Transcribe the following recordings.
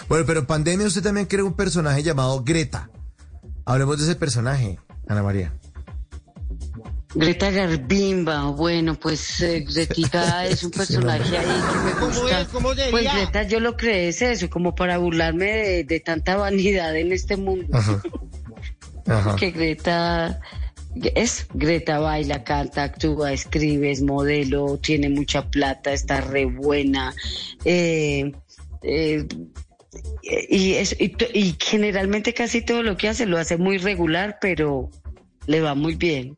Bueno, pero en pandemia usted también creó un personaje llamado Greta. Hablemos de ese personaje, Ana María. Greta Garbiñe, bueno, pues Gretica es un personaje ahí que me gusta. ¿Cómo sería? Pues Greta yo lo creé es eso, como para burlarme de tanta vanidad en este mundo. Ajá. Ajá. Que Greta baila, canta, actúa, escribe, es modelo, tiene mucha plata, está re buena. Y generalmente casi todo lo que hace lo hace muy regular, pero le va muy bien.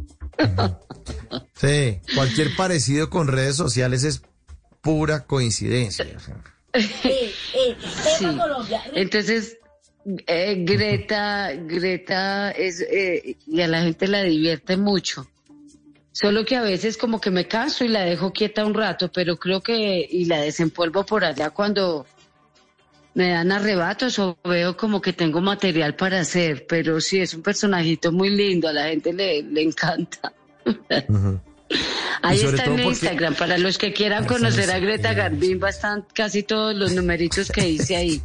Sí, cualquier parecido con redes sociales es pura coincidencia. Sí. Entonces, Greta es, y a la gente la divierte mucho. Solo que a veces como que me canso y la dejo quieta un rato, pero creo que, y la desempolvo por allá cuando me dan arrebatos o veo como que tengo material para hacer, pero sí es un personajito muy lindo, a la gente le encanta. Uh-huh. Ahí sobre está todo en porque- Instagram, para los que quieran Eso conocer no a sé. Greta Garbiñe, están casi todos los numeritos que hice ahí.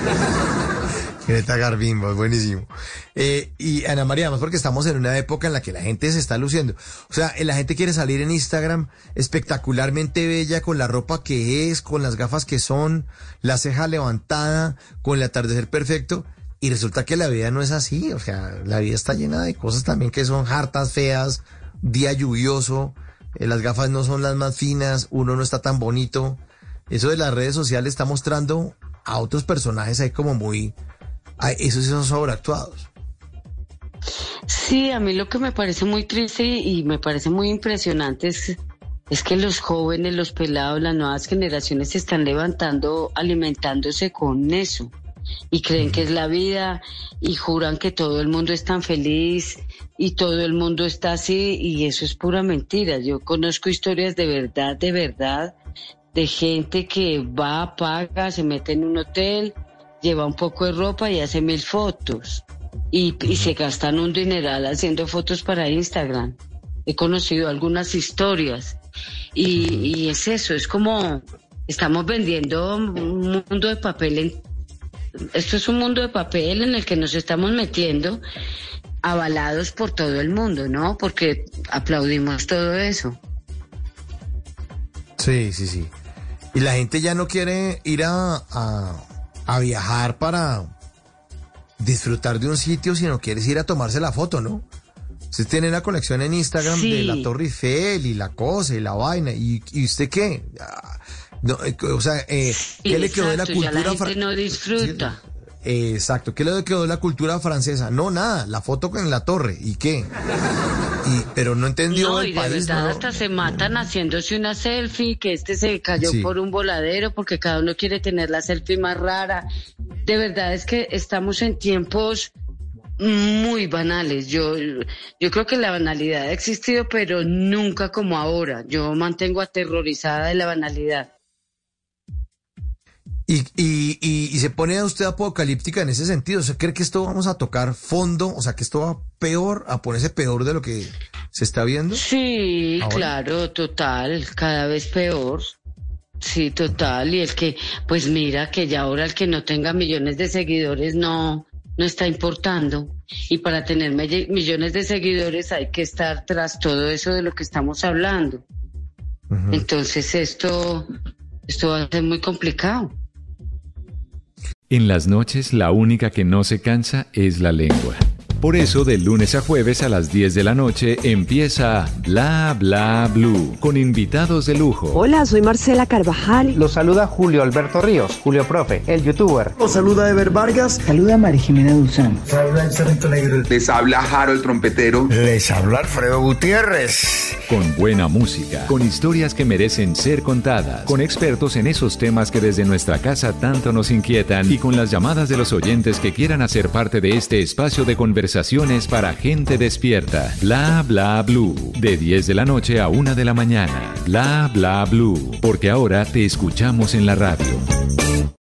Greta Garbiñe, buenísimo. Y Ana María, además porque estamos en una época en la que la gente se está luciendo. O sea, la gente quiere salir en Instagram espectacularmente bella, con la ropa que es, con las gafas que son, la ceja levantada, con el atardecer perfecto. Y resulta que la vida no es así. O sea, la vida está llena de cosas también que son hartas, feas, día lluvioso, las gafas no son las más finas, uno no está tan bonito. Eso de las redes sociales está mostrando a otros personajes ahí como muy... esos sí son sobreactuados. Sí, a mí lo que me parece muy triste y me parece muy impresionante es que los jóvenes, los pelados, las nuevas generaciones se están levantando, alimentándose con eso. Y creen que es la vida y juran que todo el mundo es tan feliz y todo el mundo está así, y eso es pura mentira. Yo conozco historias de verdad, de gente que va, paga, se mete en un hotel, lleva un poco de ropa y hace 1000 fotos. Y se gastan un dineral haciendo fotos para Instagram. He conocido algunas historias. Y es eso, es como estamos vendiendo un mundo de papel. Esto es un mundo de papel en el que nos estamos metiendo, avalados por todo el mundo, ¿no? Porque aplaudimos todo eso. Sí, sí, sí. Y la gente ya no quiere ir a viajar para disfrutar de un sitio, sino quiere ir a tomarse la foto, ¿no? Ustedes tienen la colección en Instagram Sí. de la Torre Eiffel y la cosa y la vaina. ¿Y usted qué? No, o sea, ¿qué le quedó de la Exacto, ya cultura la gente no disfruta. Exacto, ¿qué le quedó de la cultura francesa? No, nada, la foto con la torre, ¿y qué? Pero no entendió No, el y de país, verdad ¿no? hasta se matan haciéndose una selfie, que se cayó Sí. por un voladero porque cada uno quiere tener la selfie más rara. De verdad es que estamos en tiempos muy banales. Yo creo que la banalidad ha existido, pero nunca como ahora. Yo mantengo aterrorizada de la banalidad. Y se pone a usted apocalíptica en ese sentido. O sea, ¿cree que esto vamos a tocar fondo? O sea, que esto va peor, a ponerse peor de lo que se está viendo. Sí, ¿Ahora? claro, total, cada vez peor. Sí, total. Y el que, pues mira, que ya ahora el que no tenga millones de seguidores no está importando. Y para tener millones de seguidores hay que estar tras todo eso de lo que estamos hablando. Ujú. Entonces esto va a ser muy complicado. En las noches, la única que no se cansa es la lengua. Por eso, de lunes a jueves a las 10 de la noche empieza Bla Bla Blue, con invitados de lujo. Hola, soy Marcela Carvajal. Los saluda Julio Alberto Ríos, Julio Profe, el youtuber. Los saluda Ever Vargas. Saluda María Jimena Duzán. Habla el Cerrito Negro. Les habla Harold Trompetero. Les habla Alfredo Gutiérrez. Con buena música, con historias que merecen ser contadas, con expertos en esos temas que desde nuestra casa tanto nos inquietan y con las llamadas de los oyentes que quieran hacer parte de este espacio de conversaciones para gente despierta. Bla Bla Blue, de 10 de la noche a 1 de la mañana. Bla Bla Blue, porque ahora te escuchamos en la radio.